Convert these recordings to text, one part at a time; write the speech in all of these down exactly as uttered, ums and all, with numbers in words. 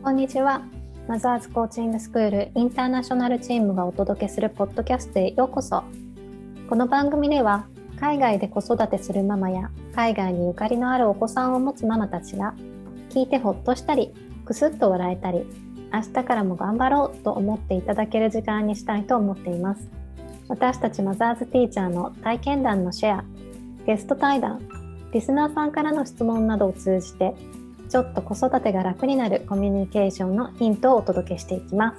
こんにちは。マザーズコーチングスクールインターナショナルチームがお届けするポッドキャストへようこそ。この番組では海外で子育てするママや海外にゆかりのあるお子さんを持つママたちが聞いてほっとしたりくすっと笑えたり明日からも頑張ろうと思っていただける時間にしたいと思っています。私たちマザーズティーチャーの体験談のシェア、ゲスト対談、リスナーさんからの質問などを通じてちょっと子育てが楽になるコミュニケーションのヒントをお届けしていきます。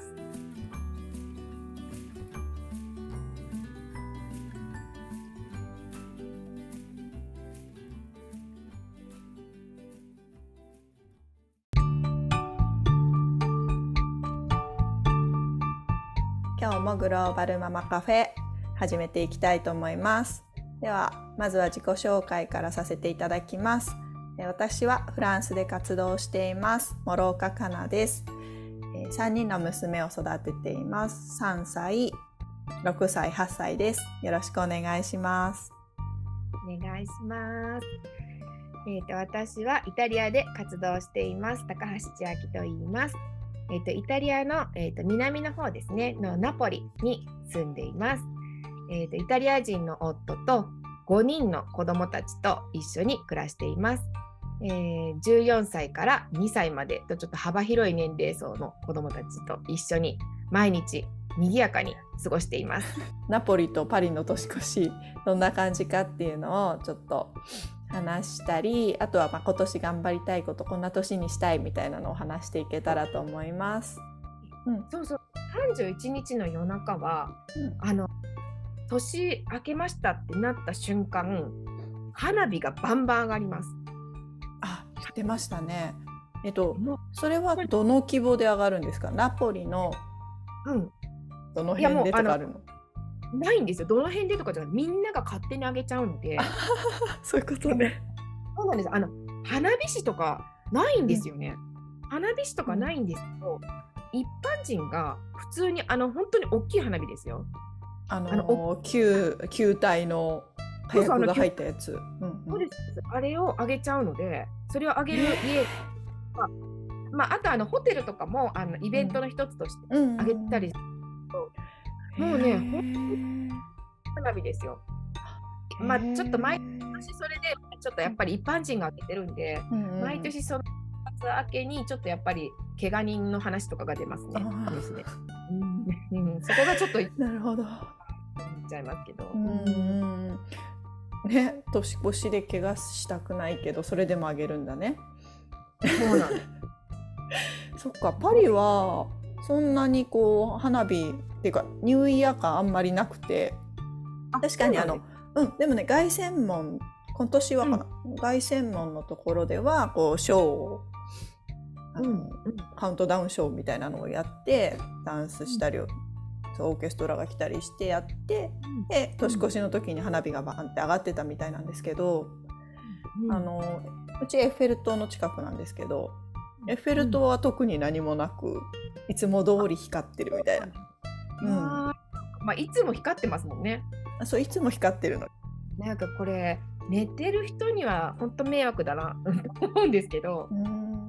今日もグローバルママカフェ始めていきたいと思います。ではまずは自己紹介からさせていただきます。私はフランスで活動しています諸岡かなです。さんにんの娘を育てています。さんさい、ろくさい、はっさいです。よろしくお願いします。 お願いします。えーと、私はイタリアで活動しています高橋千秋と言います。えーと、イタリアの、えーと、南の方ですねのナポリに住んでいます。えーと、イタリア人の夫とごにんの子供たちと一緒に暮らしています。えー、じゅうよんさいからにさいまでとちょっと幅広い年齢層の子どもたちと一緒に毎日賑やかに過ごしています。 ナポリとパリの年越しどんな感じかっていうのをちょっと話したり、あとはまあ今年頑張りたいこと、こんな年にしたいみたいなのを話していけたらと思います。 うん、そうそう、さんじゅういちにちの夜中は、うん、あの年明けましたってなった瞬間花火がバンバン上がります。 あ、知ってましたね。えっと、それはどの規模で上がるんですか？ナポリのどの辺でとかあるの？ うん、ないんですよ。どの辺でとかじゃなくて、みんなが勝手に上げちゃうので。 そういうことね。 そうなんです。あの花火師とかないんですよね。うん、花火師とかないんですけど、うん、一般人が普通にあの本当に大きい花火ですよ。 あのー、あの球球体の火薬が入ったやつ。 そうです。あれをあげちゃうので、それをあげる家は、まあ、あとあのホテルとかもあのイベントの一つとしてあげたりすると、もうね、本当に花火ですよ。まあ、ちょっと毎年それでちょっとやっぱり一般人があげてるんで、毎年その夏明けにちょっとやっぱり怪我人の話とかが出ますね。ですね。うん、そこがちょっとなるほど。 言っちゃいますけど。 うんね、年越しで怪我したくないけどそれでもあげるんだね。 そうなんです。 そっか、パリはそんなにこう花火っていうかニューイヤー感あんまりなくて、確かにあのうん、でもね、凱旋門今年はかな、うん、凱旋門のところではこうショーをあの、うん、カウントダウンショーみたいなのをやってダンスしたり、うん、そうオーケストラが来たりしてやって、うん、で年越しの時に花火がバーンって上がってたみたいなんですけど、うん、あのうちエッフェル塔の近くなんですけど、エッフェル塔は特に何もなくいつも通り光ってるみたいな、 うん、あ、まあ、いつも光ってますもんね。 そう、いつも光ってるの。 なんかこれ寝てる人には本当迷惑だなと思うんですけど、うん、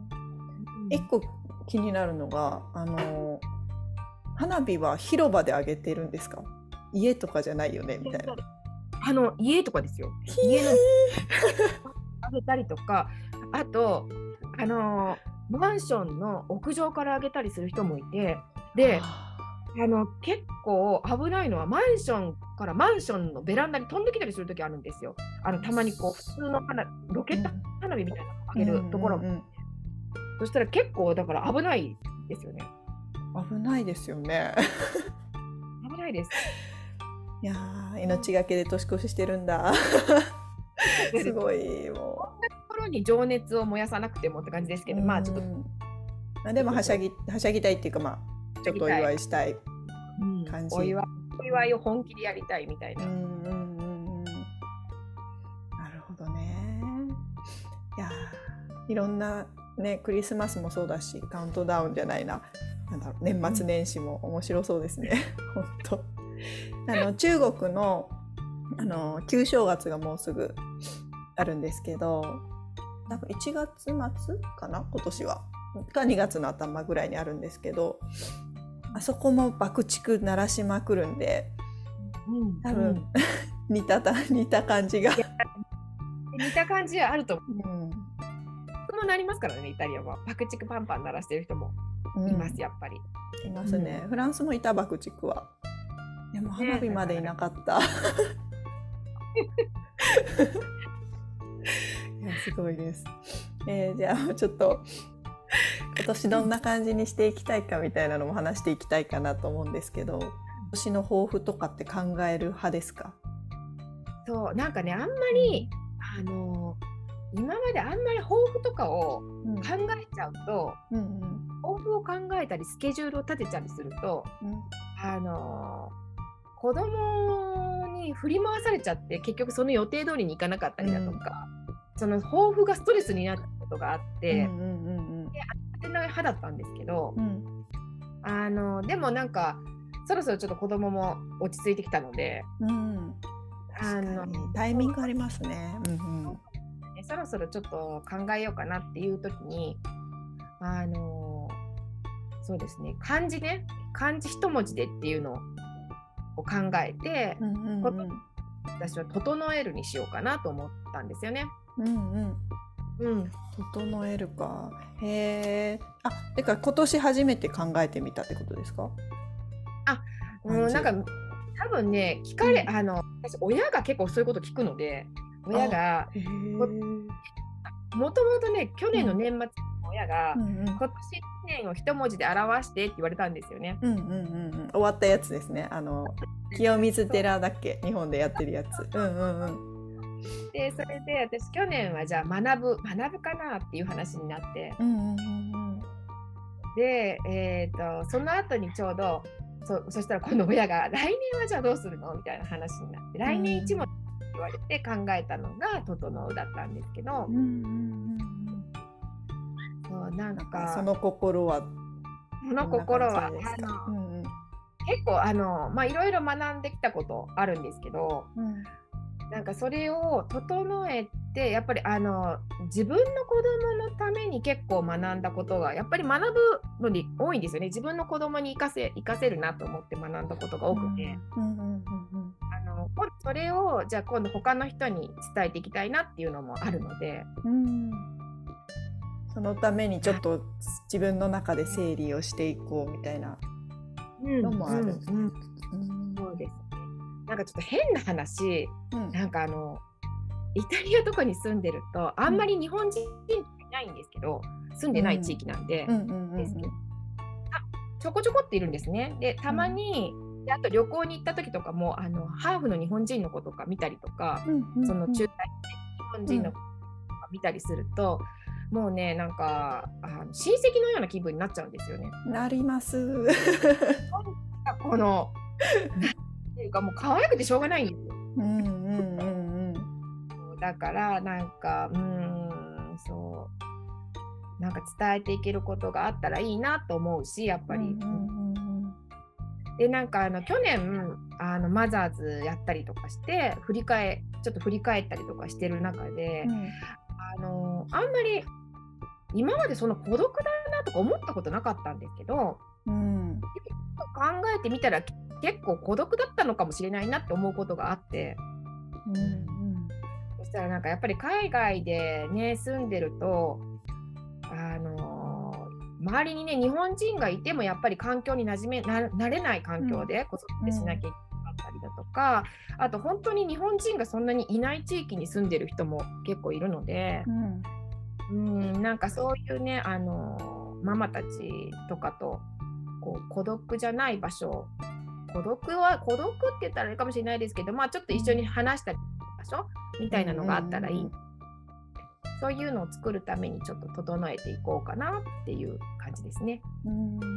一個気になるのがあの花火は広場で上げてるんですか？家とかじゃないよねみたいな。 あの家とかですよ。家の上げたりとか、あとあのマンションの屋上から上げたりする人もいて、であの結構危ないのはマンションからマンションのベランダに飛んできたりするときあるんですよ。あのたまにこう普通の花ロケット花火みたいなのを上げるところ、うんうんうん、そしたら結構だから危ないですよね。 危ないですよね。 危ないです。 いやー、命がけで年越ししてるんだ。すごい。もうこんなところに情熱を燃やさなくてもって感じですけど、まあちょっと、 まあ、でもはしゃぎはしゃぎたいっていうか、まあちょっとお祝いしたい感じ、 うん、お祝い、お祝いを本気でやりたいみたいな。うんうんうん、 なるほどね。いやいろんなね、クリスマスもそうだしカウントダウンじゃないな、なんだろう、年末年始も面白そうですね。本当あの中国のあの旧正月がもうすぐあるんですけど、多分いちがつ末かな今年は。 がにがつの頭ぐらいにあるんですけど、あそこも爆竹鳴らしまくるんで、 うん、 多分、 うん、 似たた似た感じが、 似た感じあると思う。 うん、 僕もなりますからね、イタリアは爆竹パンパン鳴らしてる人もいます、うん、やっぱりいますね、うん、フランスもいた爆竹は。でも花火までいなかった、ね、いやすごいです、えー、じゃあちょっと今年どんな感じにしていきたいかみたいなのも話していきたいかなと思うんですけど、今年の抱負とかって考える派ですか？ そうなんかね、あんまり、うん、あの今まであんまり抱負とかを考えちゃうと、うんうんうん、抱負を考えたりスケジュールを立てちゃりすると、うん、あの子供に振り回されちゃって結局その予定通りにいかなかったりだとか、うん、その抱負がストレスになったことがあって、うんうんうん、で当てない派だったんですけど、うん、あのでもなんかそろそろちょっと子供も落ち着いてきたので、うん、 あのタイミングありますね、うんうん、 そろそろちょっと考えようかなっていう時に、あのそうですね、漢字ね、漢字一文字でっていうのを考えて、うんうんうん、私は整えるにしようかなと思ったんですよね。うんうんうん、整えるか。へえ。あ、だから今年初めて考えてみたってことですか？ あ、うん、なんか多分ね、聞かれ、うん、あの私親が結構そういうこと聞くので、親がもともとね、去年の年末の親が、うんうんうん、今年いちねんを一文字で表してって言われたんですよね。 うんうんうんうん、終わったやつですね。あの清水寺だっけ、日本でやってるやつ。うんうんうん。 でそれで私去年はじゃあ学ぶ学ぶかなっていう話になって、うんうんうんうん、で、えーと、その後にちょうど そ, そしたら今度親が来年はじゃあどうするのみたいな話になって、来年一文字って言われて考えたのが整うだったんですけど、うんうんうん、そうなんかその心はその心はあの、うんうん、結構あのまあいろいろ学んできたことあるんですけど、うん、なんかそれを整えてやっぱりあの自分の子供のために結構学んだことがやっぱり学ぶのに多いんですよね。自分の子供に活かせ、活かせるなと思って学んだことが多くて、うんうんうんうん、あのそれをじゃあ今度他の人に伝えていきたいなっていうのもあるので、うん、 そのためにちょっと自分の中で整理をしていこうみたいなのもある、うんうんうん、 そうです。なんかちょっと変な話、うん、なんかあのイタリアとかに住んでるとあんまり日本人いないんですけど、うん、住んでない地域なんで、ですけど、あ、ちょこちょこっているんですね。でたまに、うん、であと旅行に行った時とかもあのハーフの日本人の子とか見たりとか、うんうんうん、その中大日本人の子とか見たりすると、うん、もうねなんかあの親戚のような気分になっちゃうんですよね。 なりますこのっていうかもう可愛くてしょうがないんですよ。うんうんうんうん、だからなんかうーんそうなんか伝えていけることがあったらいいなと思うし、やっぱり、うんうんうん、でなんかあの去年あのマザーズやったりとかして振り返ちょっと振り返ったりとかしてる中で、うん、あのあんまり今までその孤独だなとか思ったことなかったんですけど、うん、考えてみたら結構孤独だったのかもしれないなって思うことがあって、うんうん、そしたらなんかやっぱり海外でね住んでるとあのー、周りにね日本人がいてもやっぱり環境に馴染め な, なれない環境で子育てしなきゃいけなかったりだとか、うん、あと本当に日本人がそんなにいない地域に住んでる人も結構いるので、うん、うんなんかそういうねあのー、ママたちとかとこう孤独じゃない場所、孤独は孤独って言ったらあれかもしれないですけど、まあちょっと一緒に話したり場所みたいなのがあったらいい、うんうんうん、そういうのを作るためにちょっと整えていこうかなっていう感じですね。うんうん、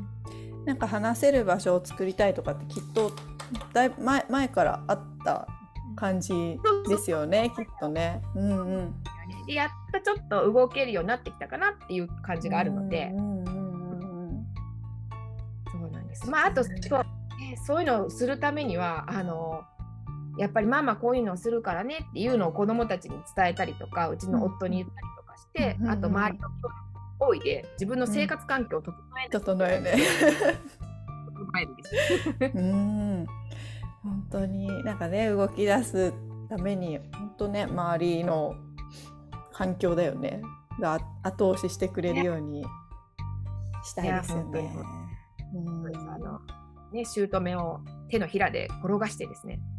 なんか話せる場所を作りたいとかってきっとだいぶ 前, 前からあった感じですよね、きっとね。うんうん、 でやっとちょっと動けるようになってきたかなっていう感じがあるので、うんうんうんうん、そうなんです。まああとそうそういうのをするためにはあのやっぱりママこういうのをするからねっていうのを子どもたちに伝えたりとかうちの夫に言ったりとかして、うん、あと周りの多いで自分の生活環境を整える、 整えね整えるですうん本当になんかね動き出すために本当ね周りの環境だよねが後押ししてくれるようにしたいですよね。 うん、あのね姑を手のひらで転がしてですね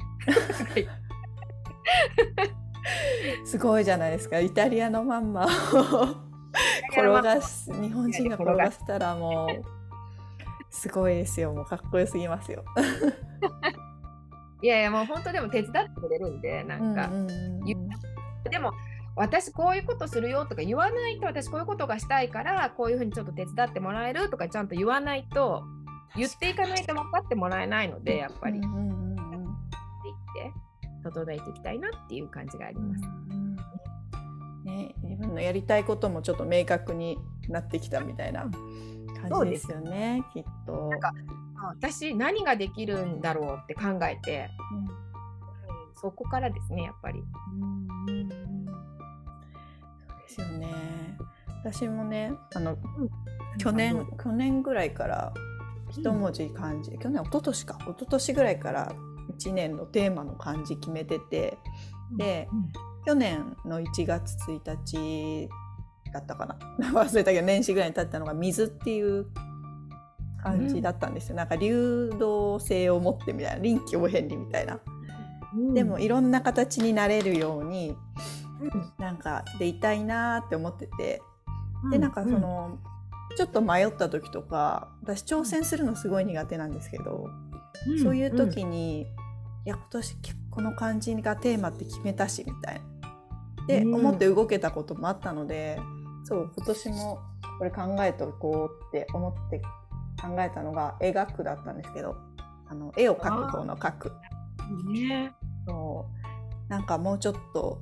すごいじゃないですかイタリアのまんまを転がす日本人が転がしたらもうすごいですよもうかっこよすぎますよいやいやもう本当でも手伝ってくれるんでなんか、うんうんうん、でも私こういうことするよとか言わないと私こういうことがしたいからこういうふうにちょっと手伝ってもらえるとかちゃんと言わないと言っていかないと分かってもらえないのでやっぱり、うんうんうん、って言って整えていきたいなっていう感じがあります、うんね、自分のやりたいこともちょっと明確になってきたみたいな感じですよね、きっと。 なんか私何ができるんだろうって考えて、うん、そこからですねやっぱり、うんうん、 そうですよね。私もねあの、うん、去年去年ぐらいから一文字漢字、うん、去年一昨年か一昨年ぐらいからいちねんのテーマの漢字決めててで、うんうん、去年のいちがつついたちだったかな忘れたけど年始ぐらいに経ったのが水っていう感じだったんですよ、うん、なんか流動性を持ってみたいな臨機応変にみたいな、うん、でもいろんな形になれるように、うん、なんかでいたいなって思ってて、うん、でなんかその、うん、ちょっと迷った時とか私挑戦するのすごい苦手なんですけど、うん、そういう時に、うん、いや今年この漢字がテーマって決めたしみたいなで、うん、思って動けたこともあったのでそう今年もこれ考えとこうって思って考えたのが描くだったんですけどあの絵を描く方の描く、ね、そうなんかもうちょっと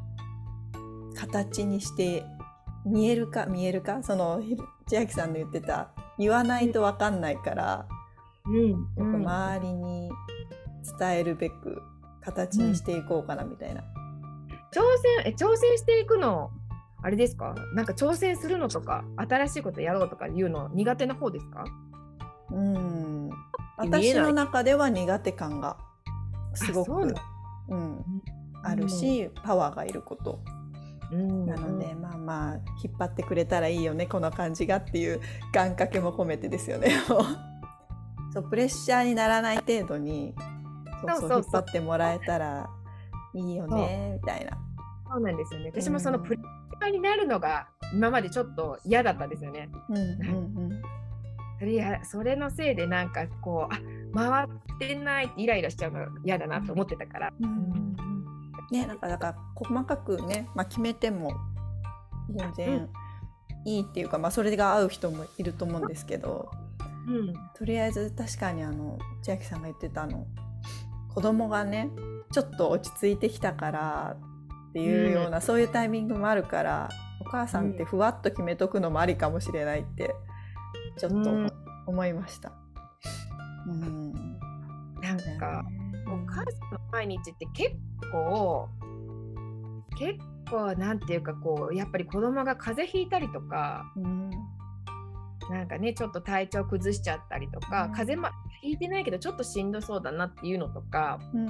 形にして見えるか見えるかその千秋さんの言ってた言わないと分かんないから、うんうん、周りに伝えるべく形にしていこうかなみたいな、うん、 挑戦え挑戦していくのあれですかなんか挑戦するのとか新しいことやろうとかいうの苦手な方ですか？ うん私の中では苦手感がすごく あ,、うん、あるし、うん、パワーがいること、うん、なので、うん、まあまあ引っ張ってくれたらいいよねこの感じがっていう願掛けも込めてですよねそうプレッシャーにならない程度にそうそう引っ張ってもらえたらいいよねみたいな。 そうなんですよね。私もそのプレッシャーになるのが今までちょっと嫌だったんですよね。うんうんうん、それやそれのせいでなんかこうあ回ってないってイライラしちゃうの嫌だなと思ってたから。うんうん、 ねなんかだから細かくね、まあ、決めても全然いいっていうか、まあ、それが合う人もいると思うんですけど、うん、とりあえず確かにあの千秋さんが言ってたの子供がねちょっと落ち着いてきたからっていうような、うん、そういうタイミングもあるからお母さんってふわっと決めとくのもありかもしれないってちょっと思いました、うんうん、 なんか、ね、お母さんの毎日って結構結構なんていうかこうやっぱり子供が風邪ひいたりとか、うん、なんかねちょっと体調崩しちゃったりとか、うん、風邪もひいてないけどちょっとしんどそうだなっていうのとか、うんうん、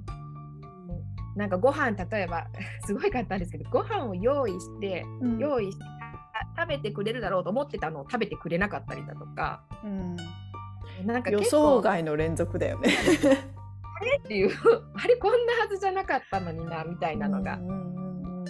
なんかご飯例えばすごい簡単ですけどご飯を用意して、うん、用意して食べてくれるだろうと思ってたのを食べてくれなかったりだとか、うん、 なんか予想外の連続だよねあれっていうあれこんなはずじゃなかったのになみたいなのが、うんうんうん、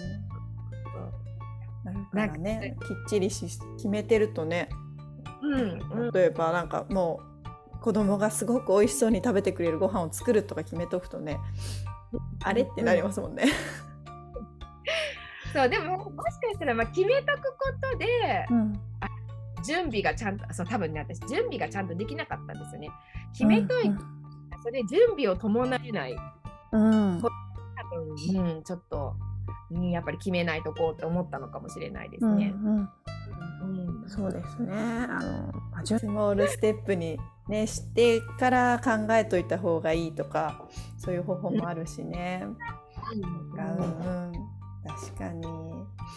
なんかねきっちりし決めてるとね、うんうん、例えばなんかもう子供がすごく美味しそうに食べてくれるご飯を作るとか決めとくとね、うん、あれってなりますもんね、 うん、そうでももしかしたらまあ決めとくことで、うん、あ準備がちゃんとそう多分ね私準備がちゃんとできなかったんですよね。決めといて、うんうん、それ準備を伴えない、うん、多分、うん、ちょっと、うん、やっぱり決めないとこうって思ったのかもしれないですね。うんうんうん、そうですね。あのスモールステップに、ね、してから考えといた方がいいとかそういう方法もあるしね。うんうん、確かに。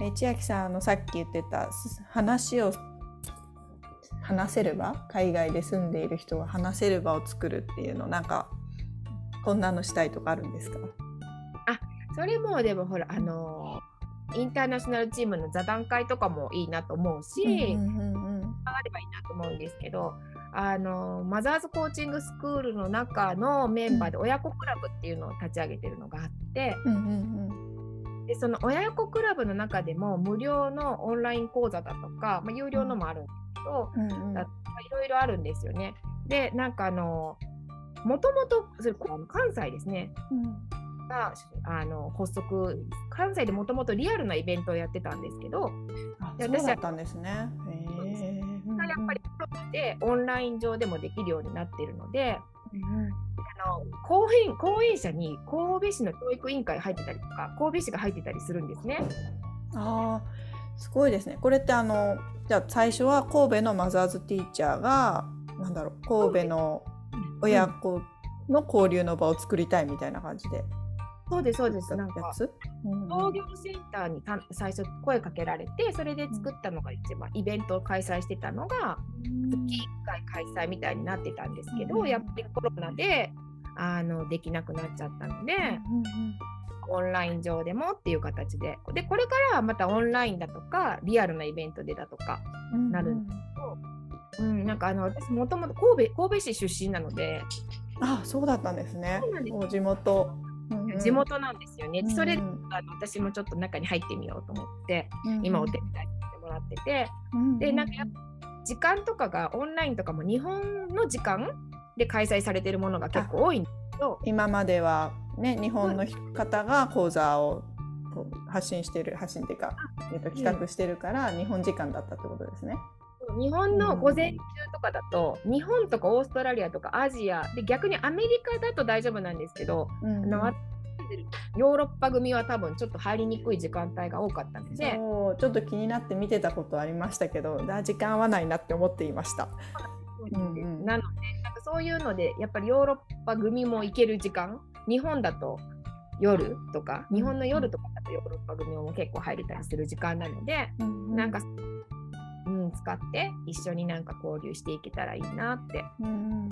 え千秋さんあのさっき言ってた話を話せる場、海外で住んでいる人が話せる場を作るっていうの、なんかこんなのしたいとかあるんですか？ あ、それもでもほらあのインターナショナルチームの座談会とかもいいなと思うし、うんうんうんうん、あればいいなと思うんですけど、あのマザーズコーチングスクールの中のメンバーで親子クラブっていうのを立ち上げてるのがあって、うんうんうん、でその親子クラブの中でも無料のオンライン講座だとか、まあ、有料のもあるんですけど、うんうん、いろいろあるんですよね。でなんかあのもともと関西ですね、うん、があの発足、関西でもともとリアルなイベントをやってたんですけど、 あ、そうだったんですね。へー、 やっぱりコロナでオンライン上でもできるようになっているので、うん、あの講演、講演者に神戸市の教育委員会入ってたりとか神戸市が入ってたりするんですね。 あー、すごいですね。これってあのじゃあ最初は神戸のマザーズティーチャーがなんだろう、神戸の親子の交流の場を作りたいみたいな感じで。 そうですそうです。なんか農業センターにた最初声かけられて、それで作ったのが一番、うん、イベントを開催してたのが月いっかい開催みたいになってたんですけど、うん、やっぱりコロナであのできなくなっちゃったので、うん、オンライン上でもっていう形で、でこれからはまたオンラインだとかリアルなイベントでだとかなるんですけど、うんうん、なんかあの私もともと神戸、神戸市出身なので。 あ、そうだったんですね。もう地元、 うんうん、地元なんですよね。うんうん、それであの私もちょっと中に入ってみようと思って、うんうん、今お手伝いしてもらってて、うんうん、でなんかやっぱ時間とかがオンラインとかも日本の時間で開催されているものが結構多いんですけど、 今まではね日本の方が講座を発信してる、発信っていうか、えっと、企画してるから、うん、日本時間だったってことですね。 日本の午前中とかだと、うん、日本とかオーストラリアとかアジアで、逆にアメリカだと大丈夫なんですけど、うん、あのヨーロッパ組は多分ちょっと入りにくい時間帯が多かったので、 そうちょっと気になって見てたことありましたけど、時間合わないなって思っていました。 うんうん、なのでなんかそういうのでやっぱりヨーロッパ組も行ける時間、日本だと夜とか、日本の夜とかだとヨーロッパ組も結構入れたりする時間なので、うん、なんかうん、使って一緒になんか交流していけたらいいなって思います。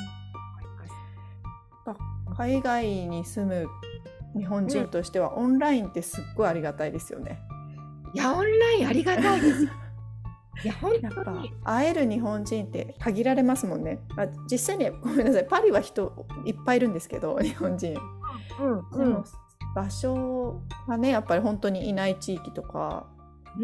海外に住む日本人としては、うん、オンラインってすっごいありがたいですよね。 いや、オンラインありがたいですよ。いや、本当にやっぱ会える日本人って限られますもんね。まあ、実際にごめんなさい、パリは人いっぱいいるんですけど、日本人、うんうん、でも場所はねやっぱり本当にいない地域とか、うん、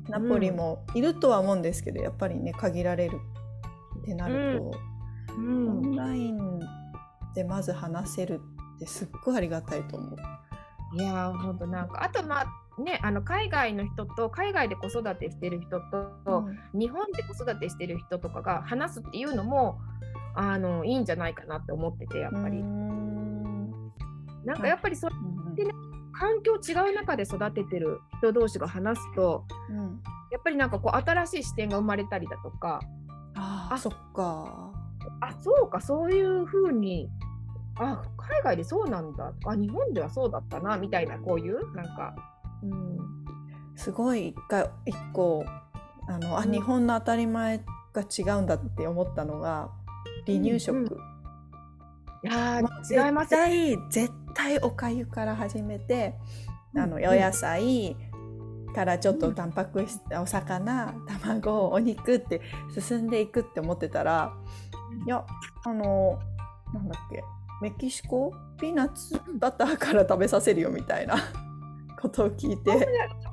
ナポリもいるとは思うんですけど、やっぱりね限られるってなると、うんうん、オンラインでまず話せるってすっごいありがたいと思う。 いやー、ほんとなんかあとまあね、あの海外の人と海外で子育てしてる人と、うん、日本で子育てしてる人とかが話すっていうのもあのいいんじゃないかなって思ってて、やっぱりんなんかやっぱりそれってね、環境違う中で育ててる人同士が話すと、うん、やっぱりなんかこう新しい視点が生まれたりだとか、 ああ、そっか、 あ、そうか、そういう風に、あ、海外でそうなんだ、あ、日本ではそうだったなみたいな、こういうなんか、うん、 すごい一回一個あの、うん、あ、日本の当たり前が違うんだって思ったのが離乳食、うんうん、 いやー、違います。 絶対絶対おかゆから始めて、あのお野菜からちょっとタンパク質、うん、お魚、卵、お肉って進んでいくって思ってたら、いや、あのなんだっけ、メキシコピーナッツバターから食べさせるよみたいなことを聞いて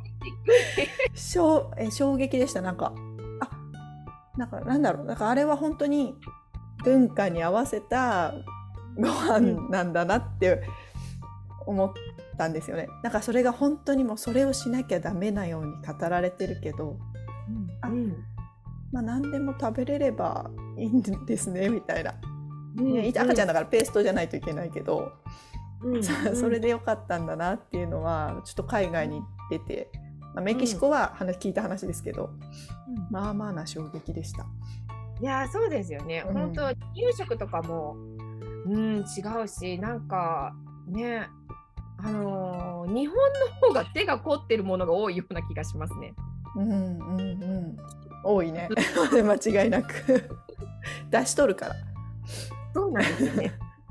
衝え衝撃でした。なんか、あ、なんかなんだろう、なんかあれは本当に文化に合わせたご飯なんだなって思ったんですよね。なんかそれが本当にもうそれをしなきゃダメなように語られてるけど、うん、あ、うん、まあ何でも食べれればいいんですねみたいな、うん、ね、赤ちゃんだからペーストじゃないといけないけど、うん、それでよかったんだなっていうのはちょっと海外に行ってて、まあ、メキシコは話、うん、聞いた話ですけど、うん、まあまあな衝撃でした。 いや、そうですよね、うん、本当夕食とかも、うん、違うし、なんかね、 あのー、日本の方が手が凝ってるものが多いような気がしますね。 うんうんうん。多いね。間違いなく出しとるから。 そうなんですよね。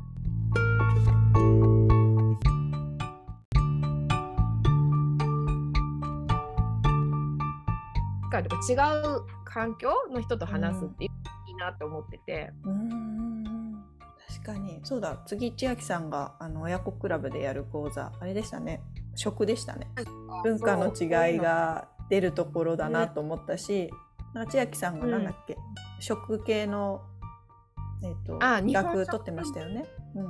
違う環境の人と話すっていいなと思ってて、 うん、うん確かにそうだ。次千秋さんがあの親子クラブでやる講座あれでしたね。食でしたね。文化の違いが出るところだなと思ったし、なんか千秋さんがなんだっけ、うん、食系のえっと企画取ってましたよね。うんうん、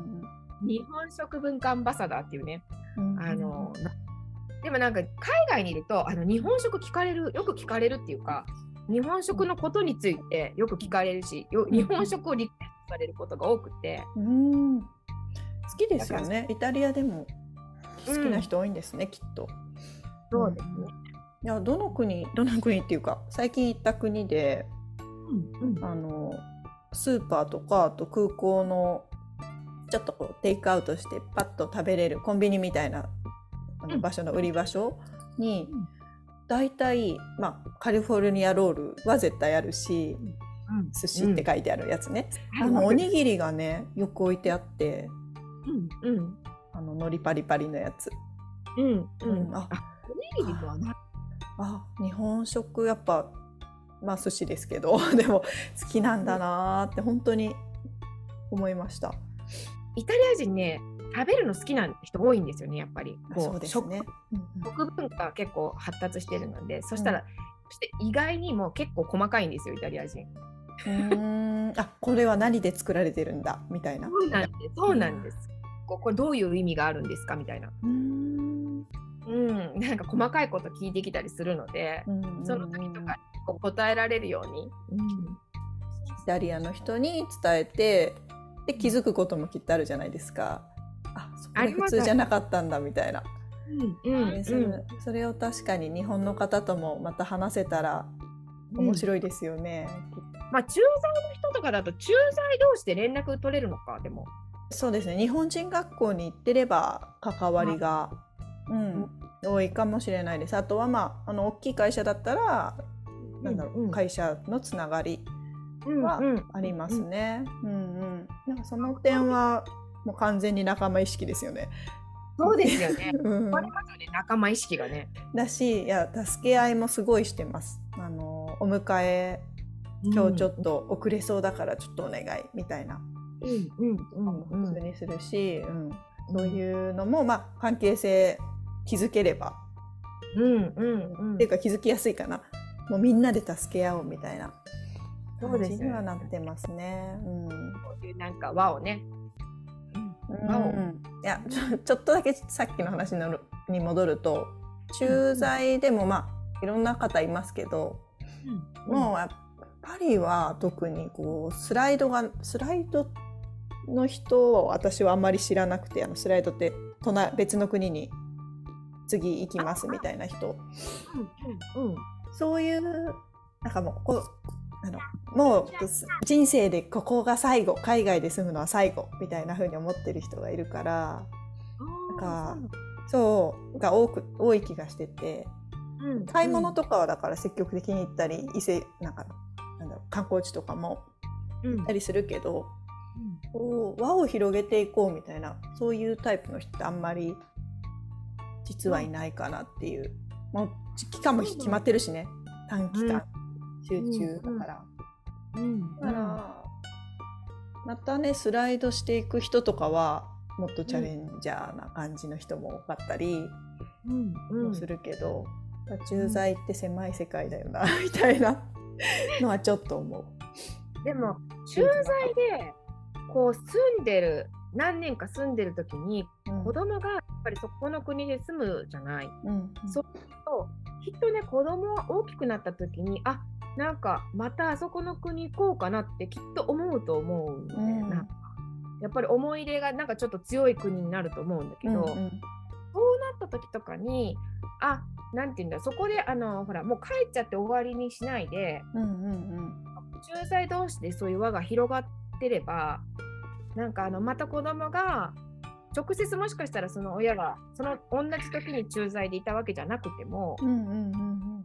日本食文化アンバサダーっていうね、うんうん、あのでもなんか海外にいるとあの日本食聞かれるよく聞かれるっていうか、日本食のことについてよく聞かれるし、よ日本食をリクエストされることが多くて、 うん、好きですよね。イタリアでも好きな人多いんですね、うん、きっと。 そうですね。 いやどの国どの国っていうか最近行った国で、うんうん、あのスーパーとかあと空港のちょっとこうテイクアウトしてパッと食べれるコンビニみたいなあの場所の売り場所に、うん、だいたい、まあ、カリフォルニアロールは絶対あるし、うん、寿司って書いてあるやつね、うん、あのおにぎりがねよく置いてあって、うんうん、あの海苔パリパリのやつ、 うんうん、あおにぎりとはなあ日本食やっぱまあ寿司ですけどでも好きなんだなって本当に思いました。 イタリア人ね食べるの好きな人多いんですよね、やっぱり。こうそうですね。 食文化結構発達してるので、そしたら、うん、そして意外にも結構細かいんですよ、イタリア人。 うーんあこれは何で作られてるんだみたいな。 そうなんです。そうなんです。これどういう意味があるんですかみたいな。うーんうんなんか細かいこと聞いてきたりするので、うんその時とかこう答えられるように、うん、イタリアの人に伝えてで気づくこともきっとあるじゃないですか。あそれ普通じゃなかったんだみたいな、うんうん、それ、それを確かに日本の方ともまた話せたら面白いですよね、 うんまあ、駐在の人とかだと駐在同士で連絡取れるのか。でもそうですね、日本人学校に行ってれば関わりが、うん、多いかもしれないです。あとはまあ、あの大きい会社だったら、うん、なんだろう、うん、会社のつながりはありますね。うんうん、なんかその点はもう完全に仲間意識ですよね。 そうですよね。うん、ね仲間意識がね。 だし、いや助け合いもすごいしてます。あのお迎え今日ちょっと遅れそうだからちょっとお願いみたいな、うんうんうん、普通にするし、うん、そういうのも、まあ、関係性気づければ、うんうんうん、っていうか気づきやすいかな。もうみんなで助け合おうみたいな感じにはなってますね。うん、 こういうなんか輪をね、 うん、いやち ょ, ちょっとだけさっきの話のに戻ると、駐在でもまあいろんな方いますけど、うんうん、もうパリは特にこうスライドがスライドの人を私はあんまり知らなくて、あのスライドって隣別の国に次行きますみたいな人、うんうん、そういうなんかもうこうあのもう人生でここが最後、海外で住むのは最後みたいな風に思ってる人がいるから、なんかそうが多く多い気がしてて、うん、買い物とかはだから積極的に行ったり、伊勢なんかなんだろう観光地とかも行ったりするけど、うん、こう輪を広げていこうみたいな、そういうタイプの人ってあんまり実はいないかなっていう。もう期間も決まってるしね、短期間、うん、集中だから、うんうん、だからまたねスライドしていく人とかはもっとチャレンジャーな感じの人も多かったりもするけど、うんうん、駐在って狭い世界だよなみたいなのはちょっと思う。 でも駐在でこう住んでる何年か住んでる時に、うん、子供がやっぱりそこの国で住むじゃない、うんうん、そうするときっとね子供が大きくなった時にあなんかまたあそこの国行こうかなってきっと思うと思うんだよね、うん、なんかやっぱり思い入れがなんかちょっと強い国になると思うんだけど、うんうん、そうなった時とかにあなんていうんだそこであのほらもう帰っちゃって終わりにしないで、うんうんうん、駐在同士でそういう輪が広がってればなんかあのまた子供が直接もしかしたらその親がその同じ時に駐在でいたわけじゃなくても、 うんうんうんうん、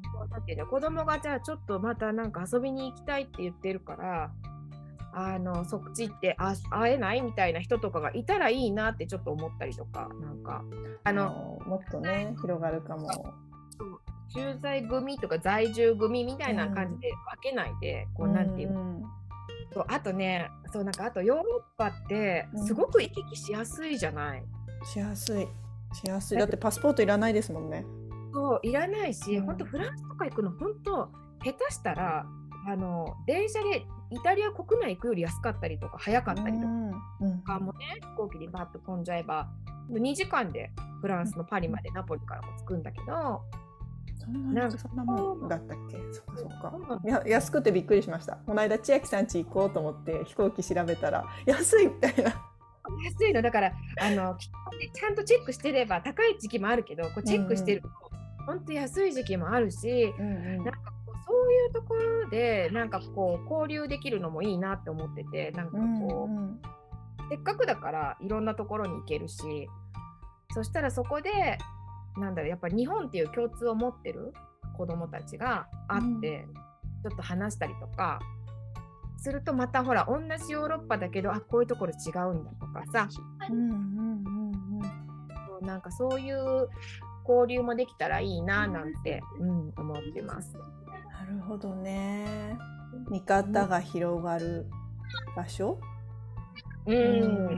だってね、子供がじゃあちょっとまたなんか遊びに行きたいって言ってるからあのそっち行ってあ会えないみたいな人とかがいたらいいなってちょっと思ったりとか、なんかあのもっとね広がるかも。 駐在組とか在住組みたいな感じで分けないで、うん、こうなんていうの、うん、そうあとねそうなんかあとヨーロッパってすごく行き来しやすいじゃない、 うん、しやすいしやすいだってパスポートいらないですもんね。 そういらないし、うん、本当フランスとか行くの本当下手したらあの電車でイタリア国内行くより安かったりとか早かったりとか、うん、かもね飛行機でバッと飛んじゃえばにじかんでフランスのパリまでナポリからも着くんだけど、 そんな、なんかそんなもんだったっけ。そっかそっか。いや安くてびっくりしました。この間千秋さん家行こうと思って飛行機調べたら安いみたいな。 安いのだからあのちゃんとチェックしてれば高い時期もあるけど、こうチェックしてると、うんうん、本当安い時期もあるし、うんうん、なんかこうそういうところでなんかこう交流できるのもいいなって思ってて、なんかこう、うんうん、せっかくだからいろんなところに行けるし、そしたらそこでなんだろうやっぱり日本っていう共通を持ってる子どもたちが会って、うん、ちょっと話したりとかするとまたほら同じヨーロッパだけどあこういうところ違うんだとかさ、うんうんうんうん、なんかそういう交流もできたらいいななんて、うん、思ってます。 なるほどね。見方が広がる場所、 うんうん、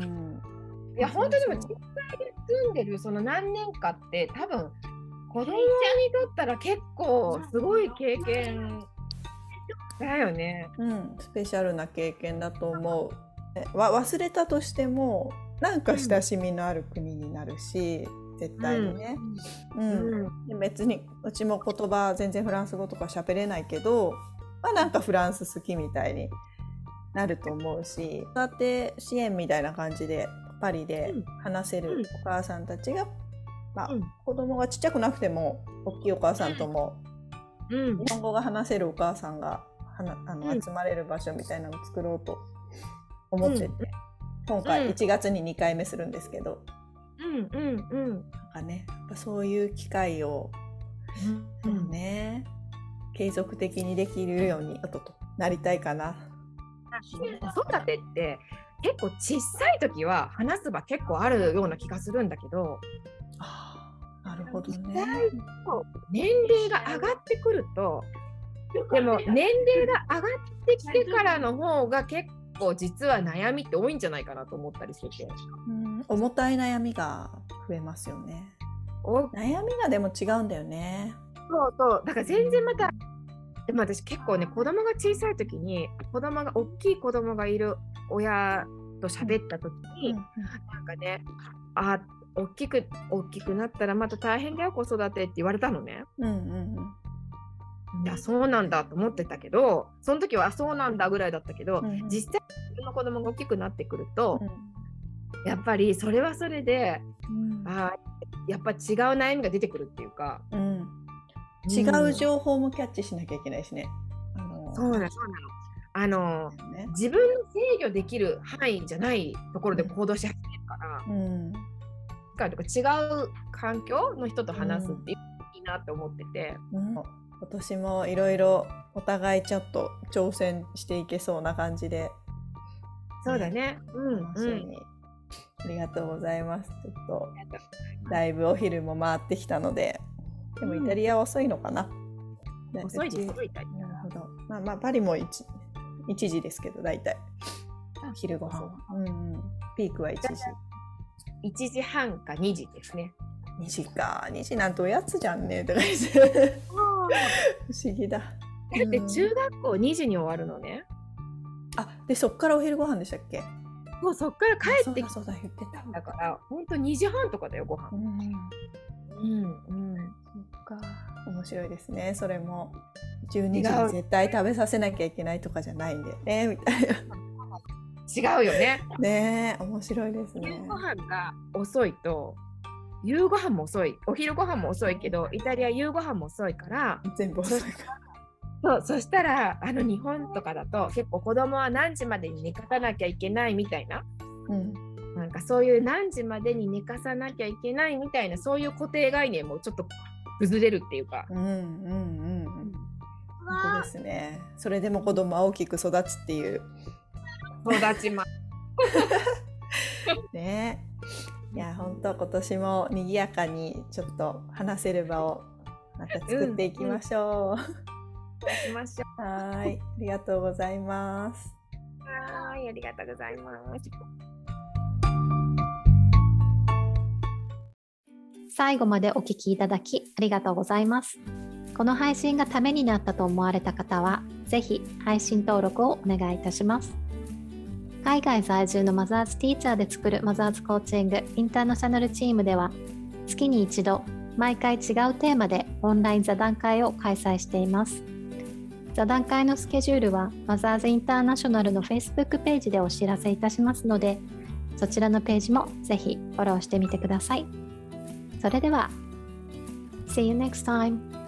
いや本当にでも実際で住んでるその何年かって多分子供にとったら結構すごい経験だよね、 うん、スペシャルな経験だと思う。わ忘れたとしてもなんか親しみのある国になるし、うん、絶対にね、うんうんうん、別にうちも言葉全然フランス語とか喋れないけど、まあ、なんかフランス好きみたいになると思うし、だって支援みたいな感じでパリで話せるお母さんたちが、まあ、子供がちっちゃくなくても大きいお母さんとも日本語が話せるお母さんがはなあの集まれる場所みたいなのを作ろうと思ってて、今回いちがつににかいめするんですけど、 うんうんうん、 なんかねやっぱそういう機会を、うんうんね、継続的にできるようにとなりたいかな。 子育てって結構小さい時は話す場結構あるような気がするんだけど、 あなるほどね。 年齢が上がってくると、でも年齢が上がってきてからの方が結構実は悩みって多いんじゃないかなと思ったりしてて、 うん、重たい悩みが増えますよね。悩みがでも違うんだよね。 そうそうだから全然また、でも私結構ね子供が小さい時に子供が大きい子供がいる親と喋った時に、うんうん、なんかねあ大きく大きくなったらまた大変だよ子育てって言われたのね、うんうんうん、いやそうなんだと思ってたけど、その時はそうなんだぐらいだったけど、うんうん、実際自分の子供が大きくなってくると、うん、やっぱりそれはそれで、うん、あやっぱ違う悩みが出てくるっていうか、うん、 違う情報もキャッチしなきゃいけないしね。あのー、 そうなのそうなのあの、ね、自分の制御できる範囲じゃないところで行動し始めるから、うん、とか違う環境の人と話すっていいなって思ってて、うん、 今年もいろいろお互いちょっと挑戦していけそうな感じで、 そうだね、うん楽しみに、うん、ありがとうございます。ちょっとだいぶお昼も回ってきたので、でもイタリアは遅いのかな、 うん、遅いです遅いタイプ。 なるほど。まあまあパリもいちいちじですけど、だいたい昼ご飯は、うんうん、ピークはいちじいちじはんかにじですね。 にじか、にじなんておやつじゃんねって感じで不思議だ。だって中学校にじに終わるのね、 うん、あでそっからお昼ご飯でしたっけ。 もうそっから帰ってきた。そうだそうだ言ってた。 だからほんとにじはんとかだよご飯。うんうんうん。そっか面白いですね。それもじゅうにじに絶対食べさせなきゃいけないとかじゃないんでねみたいな。 違うよね。 ねえ面白いですね。 夕ご飯が遅いと夕ご飯も遅い、お昼ご飯も遅いけどイタリア夕ご飯も遅いから全部遅いからそうそしたらあの日本とかだと結構子供は何時までに寝かさなきゃいけないみたいな、うん、 なんかそういう何時までに寝かさなきゃいけないみたいな、そういう固定概念もちょっと崩れるっていうか。 うんうんうんうん。本当ですね。それでも子供は大きく育つっていう。 育ちます。 ね。いや本当今年も賑やかにちょっと話せる場をまた作っていきましょう。 しましょうはい、ありがとうございます。 はい、ありがとうございます。 最後までお聞きいただきありがとうございます。この配信がためになったと思われた方は、ぜひ配信登録をお願いいたします。海外在住のマザーズティーチャーで作るマザーズコーチングインターナショナルチームでは、月に一度毎回違うテーマでオンライン座談会を開催しています。座談会のスケジュールはマザーズインターナショナルの Facebook ページでお知らせいたしますので、そちらのページもぜひフォローしてみてください。それでは See you next time!